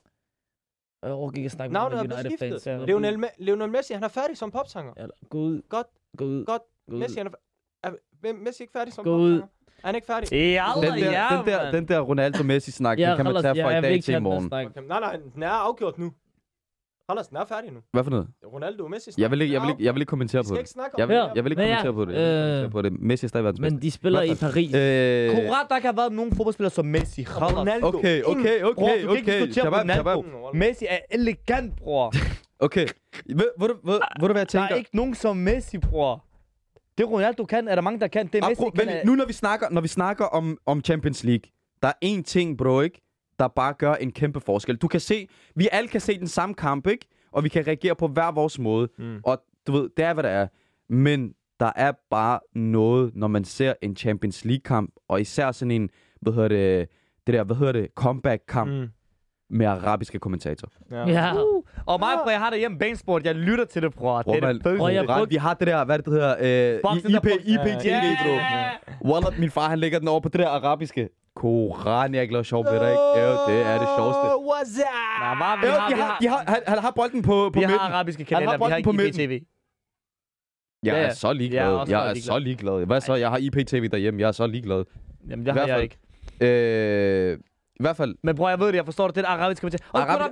C: Jeg overgik ikke at snakke
E: Navnet er
C: med
E: blevet
C: United-fans.
E: skiftet. Lionel, Me- Lionel Messi, han er færdig som popsanger.
C: Ja, gå ud.
E: Godt.
C: Gå ud.
E: Godt.
C: Gå ud.
E: Messi, han er, er er Messi ikke færdig som
C: Gå ud.
E: popsanger? Er han ikke færdig?
D: Ja,
B: Den der,
D: ja,
B: den der, den der Ronaldo-Messi-snak,
C: Ja,
B: den kan man
C: Rallers,
B: tage
C: ja,
B: fra
C: jeg
B: i
C: vil
B: dag
C: ikke
B: til i
C: tage den
B: morgen.
C: snak.
E: Okay, nej, nej, den er afgjort nu. Rallers, den er færdig nu.
B: Hvad for noget?
E: Ronaldo og Messi.
B: Jeg vil ikke, jeg vil ikke, jeg vil ikke kommentere
E: Vi
B: på
E: skal
B: det.
E: ikke snakke om
B: Jeg vil,
E: det.
B: jeg vil ikke
C: Men ja,
B: kommentere på det. Jeg vil ikke
C: øh,
B: kommentere på det. Messi er stadig verdens bedste.
C: Men de spiller i Paris.
B: Øh,
D: Korrekt, der kan have været nogle fodboldspillere som Messi. Khalas.
E: Ronaldo.
B: Okay, okay,
D: Bror,
B: okay,
D: du kan ikke
B: okay.
D: diskutere
B: Shabab,
D: Ronaldo.
B: shabab.
D: Messi er elegant, bror.
B: Okay. Ved, ved, du- ved, ved du, hvad jeg
D: Der er
B: tænker?
D: ikke nogen som Messi, bror. Det Ronaldo kan, er der mange, der kan. Det er
B: Ah,
D: Messi
B: bro,
D: kan.
B: men nu når vi snakker, når vi snakker om, om Champions League, der er én ting, bro, ikke? Der bare gør en kæmpe forskel. Du kan se, vi alle kan se den samme kamp, ikke? og vi kan reagere på hver vores måde. Mm. Og du ved, det er, hvad der er. Men der er bare noget, når man ser en Champions League-kamp, og især sådan en, hvad hedder det, det der, hvad hedder det, comeback-kamp mm. med arabiske kommentatorer.
C: Ja. ja.
D: Uh. Og mig, bror, jeg har det hjemme Banesport. Jeg lytter til det, bror. Det er det fedeste.
B: Vi har det der, hvad det hedder, øh, I P, I P T V, bro. Wallah, min far, han lægger den over på det der arabiske. Koran, jeg er ikke lavet sjov ved dig, ikke? Jo, det er det sjoveste.
D: What's up? Nej, man, vi
B: jo,
D: har,
B: de har, de har, han, han har bolden på, på
D: vi
B: midten.
D: Vi har arabiske kanaler, vi har ikke I P T V.
B: Jeg er så ligeglad. Jeg, jeg er så ligeglad. Hvad så? Jeg har I P T V derhjemme. Jeg er så ligeglad.
D: Jamen, det har jeg ikke.
B: Øh, I hvert fald.
D: Men bror, jeg ved det. Jeg forstår det. Det er arabisk kommentar.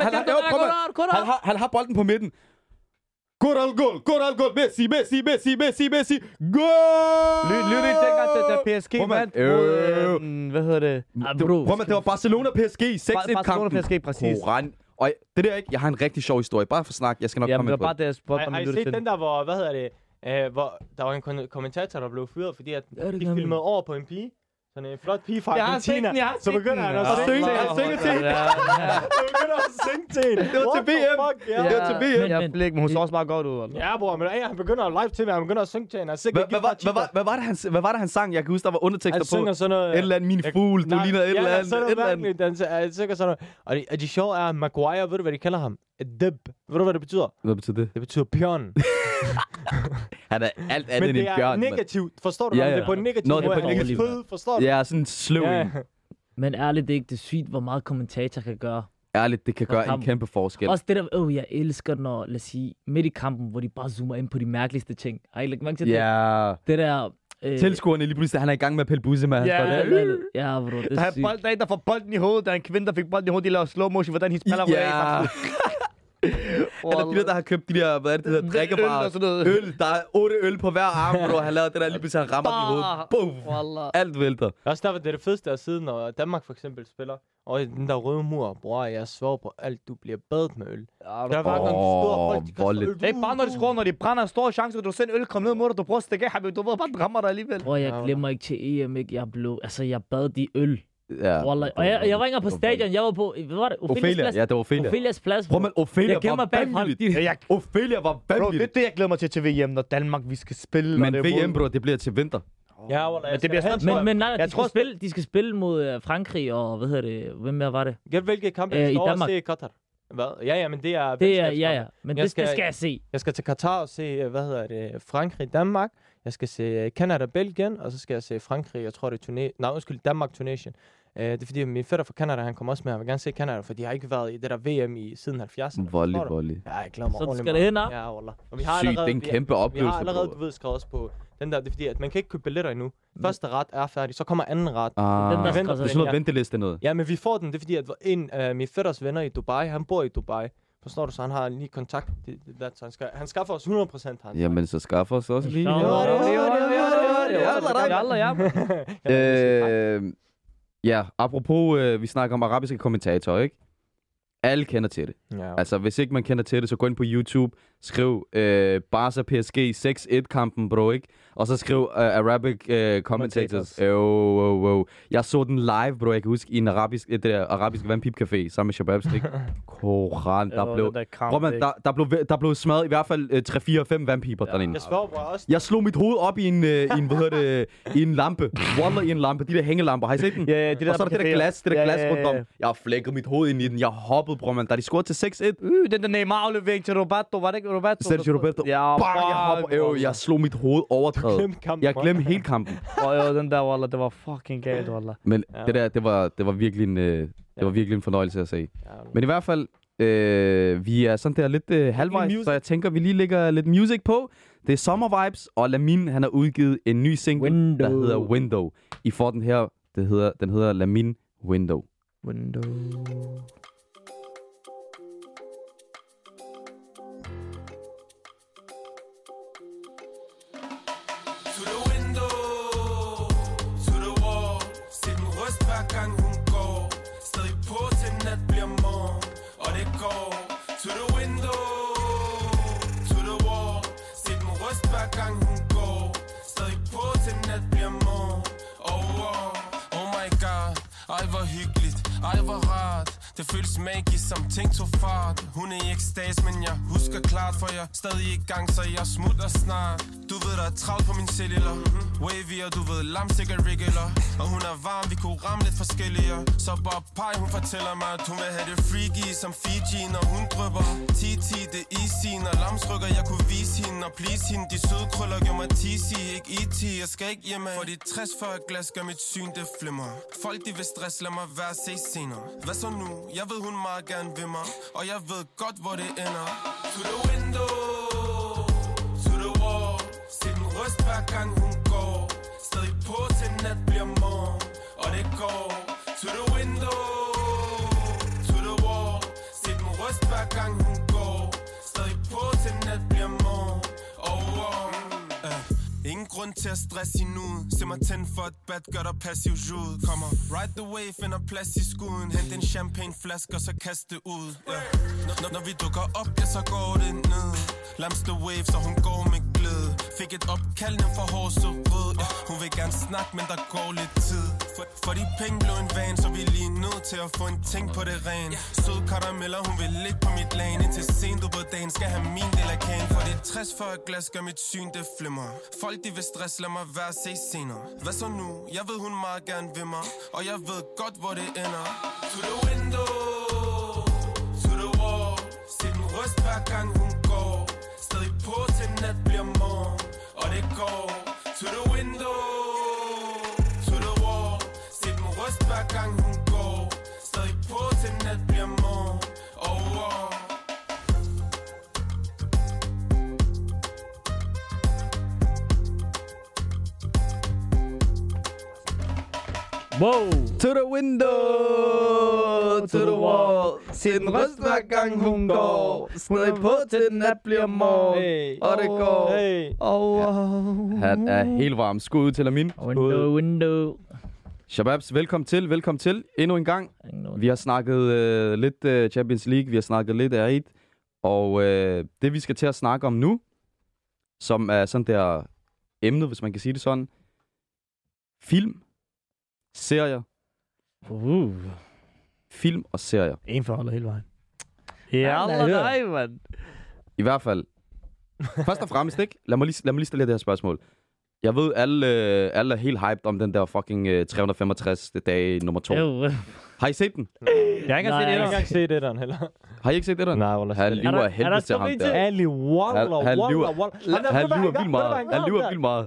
B: Han har bolden på midten. Goal, goal, goal, goal. Messi, Messi, Messi, Messi, Messi. Goal!
D: Lyt, lyt ikke dengang, det der P S G vandt mod, hvad hedder det?
B: Prøv at det var Barcelona P S G seks et kampen.
D: Barcelona P S G, præcis.
B: Koran. Og det der ikke, jeg har en rigtig sjov historie. Bare for snak, jeg skal nok komme med på.
D: Jamen, det var bare det, jeg spurgte om.
E: Har I set den der, hvor, hvad hedder det, uh, hvor der var en kommentator, der blev fyret, fordi at de filmede over på en pige? Sådan en flot pige fra Argentina. Så begynder han også at synge. Han synger til hende. Så begynder han at synge til hende.
B: Det var til V M. Det var til V M.
D: Jeg blik, men hun så også meget godt ud.
E: Ja, bror, men han begynder live til mig. Han begynder at synge til hende.
B: Hvad var det, han sang? Jeg kan huske, der var undertekster på.
E: Han synger sådan noget.
B: Et eller andet, min fugl. Du ligner et eller andet.
E: Ja, sådan noget. Han synger sådan noget. Og de sjove er, Maguire, ved du, hvad de kalder ham? Deb. Ved du, hvad det betyder?
B: Hvad betyder det?
E: Det betyder bjørn.
B: Han er alt andet end en bjørn.
E: Men det er negativt. Forstår du, ja, ja. Det er på en negativ måde?
B: Nå, det er på en negativ
E: måde. Forstår du?
B: Ja, sådan en sløv en.
C: Men ærligt, det er ikke det sygt, hvor meget kommentator kan gøre.
B: Ærligt, det kan gøre en kæmpe forskel.
C: Også det der, åh, oh, jeg elsker, når, lad os sige, midt i kampen, hvor de bare zoomer ind på de mærkeligste ting. Har I lagt mærke til det?
B: Ja.
C: Det der...
B: Øh... Tilskuerne lige pludselig, han er i gang med at pille busse med.
C: Ja,
B: han
C: ja, bro, det er
D: der er sygt. Bold, der er en, der får bolden i hovedet. Der er en kvinde, der fik bolden i hovedet. De laver slow motion, hvordan hendes paller
B: ja. Rører eller de der, der har købt de der, hvad er det, det hedder, drikkebarer. Øl, der er otte øl på hver arm, bro. Han lavede det der lige pludselig, han rammer i hovedet. Boom! Alt vælter.
E: Også derfor, det er det fedeste at sidde, når Danmark for eksempel spiller. Og i den der røde mur, bror, jeg svår på alt, du bliver badet med øl.
B: Ja, der er bare nogle store folk, de
D: kaster øl. Det er ikke bare, når de skruer, når de brænder en stor chance, og du sender øl, kom ned mod dig, du prøver at stikke af, du ved bare, den rammer dig alligevel.
C: Bror, jeg glemmer ikke til E M, ikke? Jeg blev, altså, jeg bad de øl.
B: Ja.
C: Og jeg, jeg ringer på stadion, jeg var på, hvad var det?
B: Ophelias plads? Ja, det var Ophelia.
C: Ophelias plads.
B: Prøv, men Ophelia var vanvittigt. Jeg... Ophelia var vanvittigt.
D: Det er det, jeg glæder mig til til V M, når Danmark, vi skal spille.
B: Men V M, bro, det bliver til vinter.
E: Ja, Wallah,
D: men det bliver
C: snart. Men, men nej, jeg de, tror, skal spille, de skal spille mod Frankrig, og hvad hedder det? Hvem mere var det?
E: Gæt hvilke kampe, jeg står og se i Qatar. Hvad? Ja, ja, men det er...
C: Det er, ja, ja, men det skal, det skal jeg se.
E: Jeg skal til Qatar og se, hvad hedder det, Frankrig, Danmark. Jeg skal se Canada, Belgien, og så skal jeg se Frankrig, jeg tror det er Tunesien. Nej, undskyld, Danmark, Tunesien. Uh, det er fordi, min fætter fra Canada, han kommer også med. Jeg vil gerne se Canada, for de har ikke været i det der V M i siden halvfjerdserne.
B: Volley, volley.
E: Ja, jeg glæder mig
C: ordentligt. Så skal det hen,
E: ja? Ja, Wallah. Og vi har
B: sygt,
E: allerede,
B: det er en kæmpe oplevelse.
E: Vi har allerede, du ved, skrevet os på den der. Det er fordi, at man kan ikke købe billetter endnu. Første ret er færdig, så kommer anden ret.
B: Ah, den der det er sådan noget venteliste noget.
E: Ja, men vi får den. Det er fordi, at en af mine fætters venner i Dubai, han bor i Dubai. Forstår du, så han har lige kontakt. Det, det, det, så han, skal, han skaffer os hundrede procent. Han.
B: Jamen, så skaffer os også lige. Ja, apropos, øh, vi snakker om arabiske kommentatorer, ikke? Alle kender til det. Ja. Altså, hvis ikke man kender til det, så gå ind på YouTube, skriv øh, Barca P S G seks et-kampen, bro, ikke? Og så skriv uh, Arabic uh, commentators. Oh, oh, oh. Jeg så den live, bro. Jeg kan huske i en arabisk, et der arabisk vandpip-café sammen med Shabab Stik. Koran, der blev, bro, man, der, der, blev, der blev smadret i hvert fald uh, tre, fire, fem vandpiber ja. derinde.
E: Jeg svær, bro, også.
B: Jeg slog mit hoved op i en, uh, i en, hvad hedder det, i en lampe. Wallah, i en lampe. De der hængelamper. Har I set den?
D: Ja, ja, det der
B: og så er der det der glas, det der ja, glas rundt om. Jeg har flækket mit hoved ind i den. Jeg hoppede, bro, man. Da de scorede til seks et.
D: Øh, den der Neymar-aflevering til Roberto. Var det ikke Roberto?
B: Sergio Roberto. Ja, bang, jeg hopper. Øh, jeg slog mit hoved overtrædet. Jeg glemte hele kampen.
D: Åh, jo, den der, Wallah, det var fucking galt, Wallah.
B: Men ja. det der, det var, det var virkelig en, øh, det ja. var virkelig en fornøjelse at se. Ja, men i hvert fald, øh, vi er sådan der lidt øh, halvvejs, så jeg tænker, vi lige lægger lidt music på. Det er Summer Vibes, og Lamin, han har udgivet en ny single, Window. der hedder Window. I får den her, det hedder, den hedder Lamin Window.
D: Window.
F: Ej, hvor hyggeligt, ej, hvor rart. Det føles magisk som ting tog fart. Hun er i ekstas, men jeg husker klart, for jeg er stadig i gang, så jeg smutter snart. Du ved, der er travlt på min cellular. Wavy, og du ved, lamstikker regular. Og hun er varm, vi kunne ramme lidt forskellige. Så bare pej, hun fortæller mig, at hun vil have det freaky som Fiji, når hun drypper. T T, det er easy, når lamsrykker, jeg kunne vise hende og please hende. De søde krøller gjorde mig T C, ikke E T. Jeg skal ikke hjemme, for de tres fyrre glas gør mit syn, det flimmer. Folk, de vil stress, lad mig være se senere. Hvad så nu? Jeg ved, hun meget gerne vil mig, og jeg ved godt, hvor det ender. To the window, to the wall. Se den ryst hver gang hun går. Stadig på til nat bliver morgen, og det går. To the window, to the wall. Se den ryst hver gang hun går. Stadig på til nat bliver morgen, og oh, uh. Ingen grund til at stresse i nuet. Se mig tænde for et bad, gør der passiv jud. Kommer ride the wave, finder plads i skuden. Hent en champagneflaske og så kast det ud, yeah. når, når vi dukker op, ja, så går det ned. Lams the wave, så hun går med glæde. Fik et opkald ned for hår så rød, yeah. Hun vil gerne snakke, men der går lidt tid. For, for de penge blev en van, så vi er lige nødt til at få en ting på det ren. Sød karameller, hun vil ligge på mit lag. Indtil sent ud på dagen skal have min del af kagen. For det tres fyrre glas gør mit syn, det flimmer. Folk de vil stress, lad mig være se senere. Hvad så nu? Jeg ved hun meget gerne vil mig, og jeg ved godt hvor det ender. To the window, to the wall. Se den ryst hver gang hun går. Stadig på til nat bliver morgen, og det går. To the window, to the wall. Se den ryst hver gang hun går. Stadig på til nat bliver morgen, og oh.
C: Wow!
B: To the window, to the wall. Se den ryst hver gang hun går. Stadig på til den nat bliver morgen,
E: Hey.
B: og det går.
E: Hey.
B: Oh, han er helt varm. Skud til Amin.
C: Window, window.
B: Shababs, velkommen til, velkommen til. Endnu en gang. Vi har snakket øh, lidt øh, Champions League, vi har snakket lidt af et. Og øh, det vi skal til at snakke om nu, som er sådan der emnet, hvis man kan sige det sådan. Film, serier,
C: Uh.
B: film og serier.
D: En for hele vejen.
C: Ja, nej, mand.
B: I hvert fald. Først og fremmest, ikke? Lad mig lige, lad mig lige stille det her spørgsmål. Jeg ved, alle, øh, alle er helt hyped om den der fucking øh, tre hundrede femogtres dage nummer to.
C: Jo.
B: Har I set den?
D: Jeg har ikke
C: Nej,
D: engang set
E: Jeg har
D: det.
E: ikke engang set det, heller.
B: Har I ikke set det der?
E: Nej, Wallah.
B: Han
E: slet
B: lyver
C: Er der-
B: af helvede
C: er der
B: til ham
C: så
B: der.
D: Ali, Wallah,
B: Han- han
D: Wallah,
B: lyver-
D: Wallah.
B: Han lyver vildt meget. Han lyver vildt meget.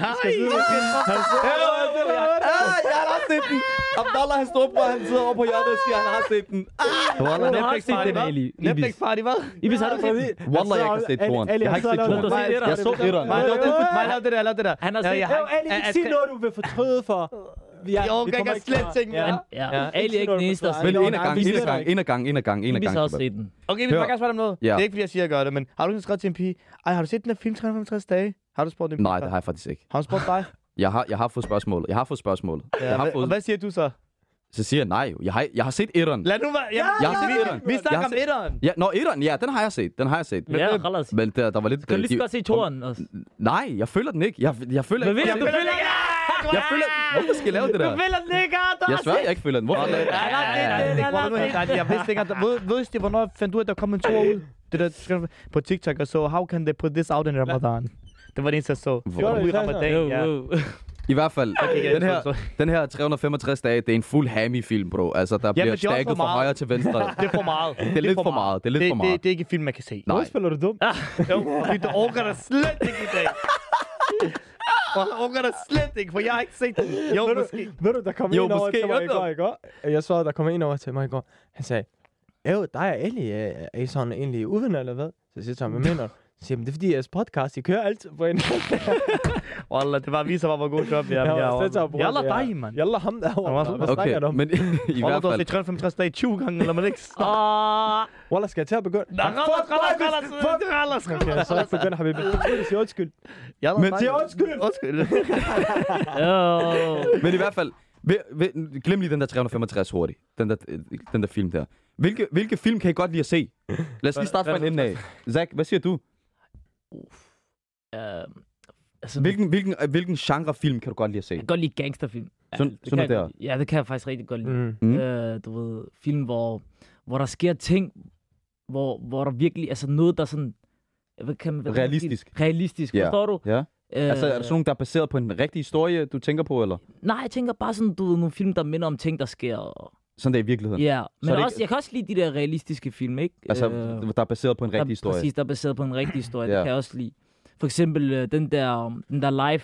B: Jeg har set den. Abdallah, hans storebror, han sidder over på hjørnet og siger, han har set den.
C: Wallah, Netflix
D: set
C: party,
D: den,
C: Ali.
D: Netflix party, hvad?
C: Ibis, har du set den?
B: Wallah, jeg ikke har set toren. Jeg har ikke set
C: Du har
B: toren.
C: set etteren.
B: Jeg så etteren.
D: Nej, lav det der, lav det der.
C: Han har
D: Ja,
C: set...
D: jeg har
E: Ali, ikke sig noget, du vil fortryde for. Ja,
D: Jeg orker ikke at slet ting.
E: Ja.
C: Han, ja, Ali er ikke den eneste, der har set
B: Men
C: den.
B: en af gang, en af gang, en af gang, en af gang, en af
C: Ibis har
B: gang.
C: også set den.
D: Okay, hvis
B: Hør.
D: man kan spørge dig om noget.
B: Ja.
D: Det er ikke, fordi jeg siger, at jeg gør det, men har du skrevet til en pige, ej, har du set den her film tre hundrede femogtres dage? Har du spurgt dem?
B: Nej, det har jeg faktisk ikke.
D: Har hun spurgt dig?
B: Jeg har, jeg har fået spørgsmålet. Jeg har fået spørgsmålet.
D: Ja,
B: Jeg har
D: hvad-
B: fået,
D: Og hvad siger du så?
B: så siger jeg nej. jo. Jeg har, jeg har set etteren.
D: Lad nu være. Ja,
B: Jeg har set etteren.
D: vi
B: Jeg
D: snakker
B: har
D: om
B: set-
D: etteren.
B: Ja, nå, etteren, ja, den har jeg set. Den har jeg set.
C: Ja, Khalas.
B: Men der, der var lidt...
C: Kan du lige så
B: de-
C: godt se toren også?
B: Nej, jeg føler den ikke. Jeg, jeg føler
C: Men
B: ikke...
C: hvis du føler ikke...
B: Jeg føler... Hvorfor skal jeg lave det der?
C: føler den ikke,
B: Jeg svær, jeg ikke føler den. Hvorfor?
D: Ja, jeg vidste ikke, at ved vidste, hvornår jeg fandt ud af, at der kom en tur ud. Det der skrev på TikTok og så, how can they put this out in Ramadan? Det var det eneste, jeg så. Det var ude i Ramadan, ja.
B: I hvert fald, den her, den her tre hundrede femogtres dage, det er en fuld hammy-film, bro. Altså, der bliver
D: men det er også
B: stakket
D: for
B: fra
D: meget.
B: højre til venstre.
D: Det er for meget.
B: Det er lidt for meget. Det er lidt
D: det,
B: for meget.
D: Det, det er ikke en film, man kan se.
B: Nej.
E: Hvor spiller du dum?
D: Jo, fordi du orker dig slet ikke i dag. Jeg orker dig slet ikke, for jeg har ikke set den. Jo,
E: Ved du-
D: måske.
E: Ved du, der kom
B: Jo,
E: en over
B: måske,
E: til mig i
B: jo,
E: går, ikke?
G: Jeg så, der kom en over til mig i går. Han sagde, jo, dig og Ellie, er er I sådan egentlig uvenner, eller hvad? Så siger jeg, hvad mener du? Så siger jeg, det er fordi, jeres podcast, I kører altid på en.
D: Wallah, det var viser mig, hvor god job jeg er.
E: Ja, det tager på.
D: Jalla dig, mand.
E: Jalla ham derovre. Hvad snakker
B: Okay,
E: du om?
B: men i
D: Wallah,
B: hvert
D: du har
B: fald...
D: set tre hundrede femogtres dage tyve gange, eller man ikke stop.
E: Wallah, skal jeg til at begynde?
D: Nej, Khalas, Khalas, Khalas, Khalas,
E: Okay, så ikke begynde, Habibi. Jeg tror, det siger undskyld.
D: Jalla
B: Men-
D: dig.
E: Siger undskyld!
D: Undskyld.
B: Men i hvert fald, vil, vil, glem lige den der tre hundrede femogtres hurtigt. Den der, øh, den der film der. Hvilke, hvilke film kan I godt lide at se? Lad os lige starte fra en ende af. Zach, hvad siger du?
C: Altså,
B: Hvilken, hvilken, øh, hvilken genre film kan du godt lide at se?
C: jeg kan godt lide gangsterfilm.
B: Sådan,
C: det
B: sådan
C: kan jeg
B: der.
C: godt lide. Ja, det kan jeg faktisk rigtig godt lide.
E: Mm.
B: Mm.
C: Øh, du ved, film, hvor, hvor der sker ting, hvor, hvor der virkelig, altså noget, der sådan... Hvad kan man, hvad kan man sige?
B: Realistisk.
C: Realistisk,
B: Ja.
C: forstår du?
B: Ja.
C: Øh,
B: Altså, er der sådan nogle, der er baseret på en rigtig historie, du tænker på, eller?
C: Nej, jeg tænker bare sådan, du ved, nogle film, der minder om ting, der sker. Og...
B: Sådan der i virkeligheden?
C: Ja, men
B: det
C: også,
B: ikke-
C: jeg kan også lide de der realistiske film, ikke?
B: Altså,
C: Øh,
B: der er baseret på en rigtig
C: der,
B: historie?
C: Præcis, der er baseret på en rigtig historie.
B: Ja.
C: Det kan jeg også lide. For eksempel øh, den der, den der Live.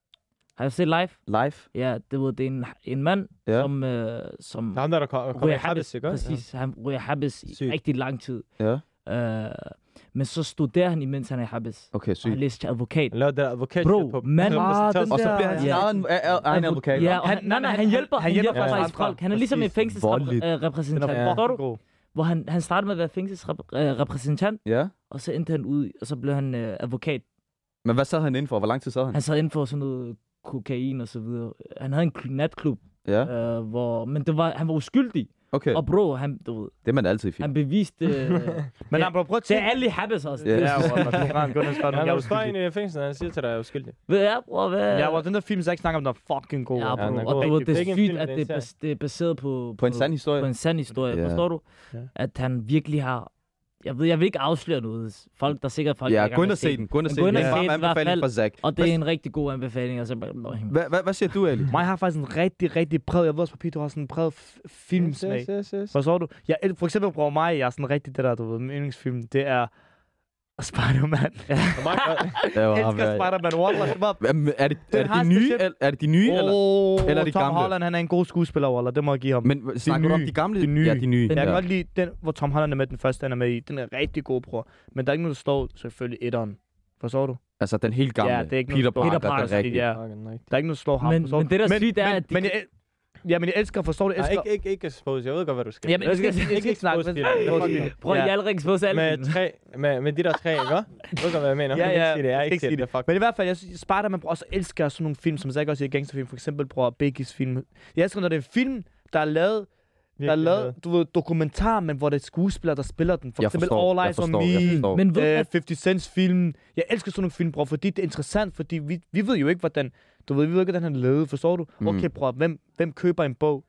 C: Har du set Live?
B: Live?
C: Ja, det, ved, det er en, en mand,
B: Ja.
C: som, øh, som
E: Ham der, der kom, kom i
C: ryger
E: habits,
C: habis.
E: ikke?
C: Præcis, han ryger habis i
E: Sygt.
C: rigtig lang tid.
B: Ja.
C: Øh, men så studerer han, imens han er i habis.
B: Okay,
C: Og
B: sygt.
C: han læser til advokat.
E: Han lavede det der advokat
C: Bro,
E: på
C: mand.
D: Ah, den
B: Og så
D: der,
B: bliver han sin
D: ja.
B: egen, er, er, egen advokat?
C: Ja, og han,
D: Han-
C: nej, nej,
D: han-
C: han hjælper,
D: han
C: han
D: hjælper
C: hjælper faktisk
D: andre.
C: folk. Han er ligesom en
D: Præcis.
B: Voldeligt.
C: fængselsrepræsentant.
D: Den er
C: Forstår du?
D: fucking god.
C: Hvor han, han startede med at være fængselsrepræsentant,
B: Ja.
C: og så endte han ud, og så blev han øh, advokat.
B: Men hvad sad han inden for? Hvor lang tid sad han?
C: Han sad inden for sådan noget kokain og så videre. Han havde en kl- natklub,
B: Ja,
C: øh, hvor, men det var, han var uskyldig.
B: okay.
C: Og bro, han, du ved,
B: Det er man altid fint.
C: han beviste... Øh,
D: Men
C: ja,
D: han prøver at
C: til
D: tænke...
C: alle i habis også.
B: Ja.
C: Det-
D: Ja, hvor man skal rende, gå ned og spørge
E: Ja,
D: nogle
E: når du
D: jævla
E: spørger
D: skyldige.
E: ind i fængslet, han siger til dig, at jeg er uskyldig.
C: Ved jeg, bror, hvad?
D: Ja, hvor den der film, Zack snakker om, den er fucking god.
C: Ja,
E: Ja,
C: bro,
E: den er
C: og
E: god.
C: du ved,
E: Det er
C: det
E: ikke
C: er
E: en
C: sygt,
E: film,
C: at
E: det er
C: det
E: en
C: er, bas- det er baseret på...
B: På en sand historie?
C: På en sand historie,
B: Ja.
C: forstår du?
D: Ja.
C: At han virkelig har... Jeg ved, jeg vil ikke afsløre noget. Folk, der er sikkert folk, der
B: Ja,
C: ikke
B: gå ind
C: har
B: og se
C: set
B: den. Gå ind og
C: Men
B: se
C: gå
B: den.
C: ind
B: Det
C: og
B: er
C: se
B: bare
C: den i hvert
B: anbefaling
C: fald.
B: fra Zach.
C: Og det er en rigtig god anbefaling. Altså, bare,
B: Hvad, hvad, hvad siger du, Ali?
D: Mig har faktisk en rigtig, rigtig bred... Jeg ved også, Papito har sådan en bred f- filmsmag.
E: Yes, yes, yes.
D: Forstår du? Jeg, el- for eksempel bruger mig, jeg er sådan rigtig det der, du ved, min yndlingsfilm, det er Spider-Man.
B: Det var
D: Jeg
B: ham,
D: elsker
B: ja.
D: Spider-Man. Wallah, det var...
B: Jamen, Er det,
D: Den
B: er det
D: har
B: de nye,
D: specielt-
B: eller, er det de nye, eller?
D: Oh,
B: eller er de
D: Tom
B: gamle?
D: Holland, han er en god skuespiller, Wallah. Det må jeg give ham.
B: Men snakker du om
D: nye.
B: de gamle?
D: De nye.
B: Ja, de nye.
D: Jeg kan
B: Ja.
D: godt lide den, hvor Tom Holland er med, den første, han er med i. Den er rigtig god, bror. Men der er ikke noget, der står selvfølgelig etteren. Forstår du?
B: Altså den helt gamle.
D: Ja, det er ikke
B: Peter
D: noget-
B: Parker,
C: Peter
B: den
C: Parker,
B: rigtige.
D: Ja.
E: Fucking rigtigt.
D: Der er ikke noget, der slår ham.
C: Men-
D: forstår
C: men
D: du?
C: det, der er sygt, er,
D: men,
C: at de
D: men,
C: kan-
D: jeg, ja, men jeg elsker, forstår du? Jeg
E: Nej,
D: elsker...
E: ikke, ikke, ikke expose. Jeg ved godt, hvad du skal.
D: Jamen,
C: Jeg skal-
D: ikke, ikke, ikke, ikke snakke.
E: expose
D: men-
E: film. Det er
D: Fuck
E: fint.
D: it.
C: Prøv at
D: Ja.
C: jeg allerede expose alle
E: Med,
C: filmene.
E: tre, med, med de der tre, ikke? Jeg ved godt, hvad jeg mener.
D: Ja,
E: Jeg kan
D: ja,
E: ikke sige det. Jeg har
D: ikke
E: ikke
D: sige
E: set
D: det.
E: det. Fuck.
D: Men i hvert fald, jeg Spider-Man, bror, og så elsker jeg sådan nogle film, som Zack også siger, gangsterfilm. For eksempel, bror, Biggies film. Jeg elsker, når det er en film, der er lavet, der er
E: Virkelig
D: lavet, du ved, dokumentar, men hvor det er skuespillere, der spiller den. For
B: Jeg
D: eksempel
B: forstår,
D: All
B: jeg
D: Eyes on
B: forstår, jeg
D: Me,
B: forstår.
C: Men ved
D: øh,
C: at,
D: halvtreds Cents film. Jeg elsker sådan nogle film, bror, fordi det er interessant, fordi vi, vi ved jo ikke, hvordan, du ved, vi ved ikke, hvordan han levede, forstår du?
B: Mm.
D: Okay, bror, hvem, hvem køber en bog?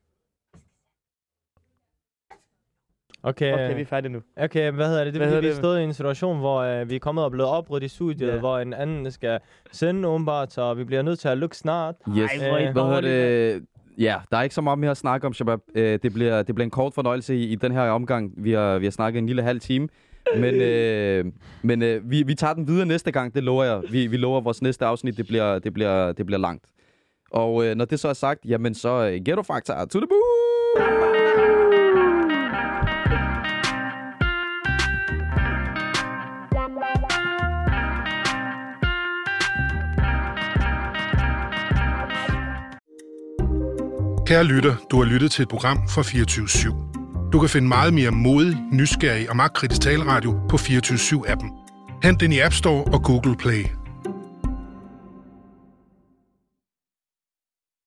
E: Okay,
D: Okay, vi er færdige nu.
E: okay, hvad hedder det? Det
D: Hvad
E: er fordi, vi
D: hedder
E: er
D: det?
E: stået i en situation, hvor øh, vi er kommet og blevet opbrudt i studiet,
D: Ja.
E: hvor en anden skal sende åbenbart, så vi bliver nødt til at lukke snart.
B: Yes.
C: Ej, hvor er I
B: Hvad hedder
C: dårlige,
B: det? Ja, der er ikke så meget mere at snakke om, Shabab. Øh, det, bliver, det bliver en kort fornøjelse i, i den her omgang. Vi har, vi har snakket en lille halv time. Men, øh, men øh, vi, vi tager den videre næste gang, det lover jeg. Vi, vi lover, at vores næste afsnit, det bliver, det bliver, det bliver langt. Og øh, når det så er sagt, jamen så øh, Ghetto Factor to the boo!
H: Kære lytter, du har lyttet til et program fra fireogtyve syv. Du kan finde meget mere modig, nysgerrig og magtkritisk taleradio på fireogtyve syv appen. Hent den i App Store og Google Play.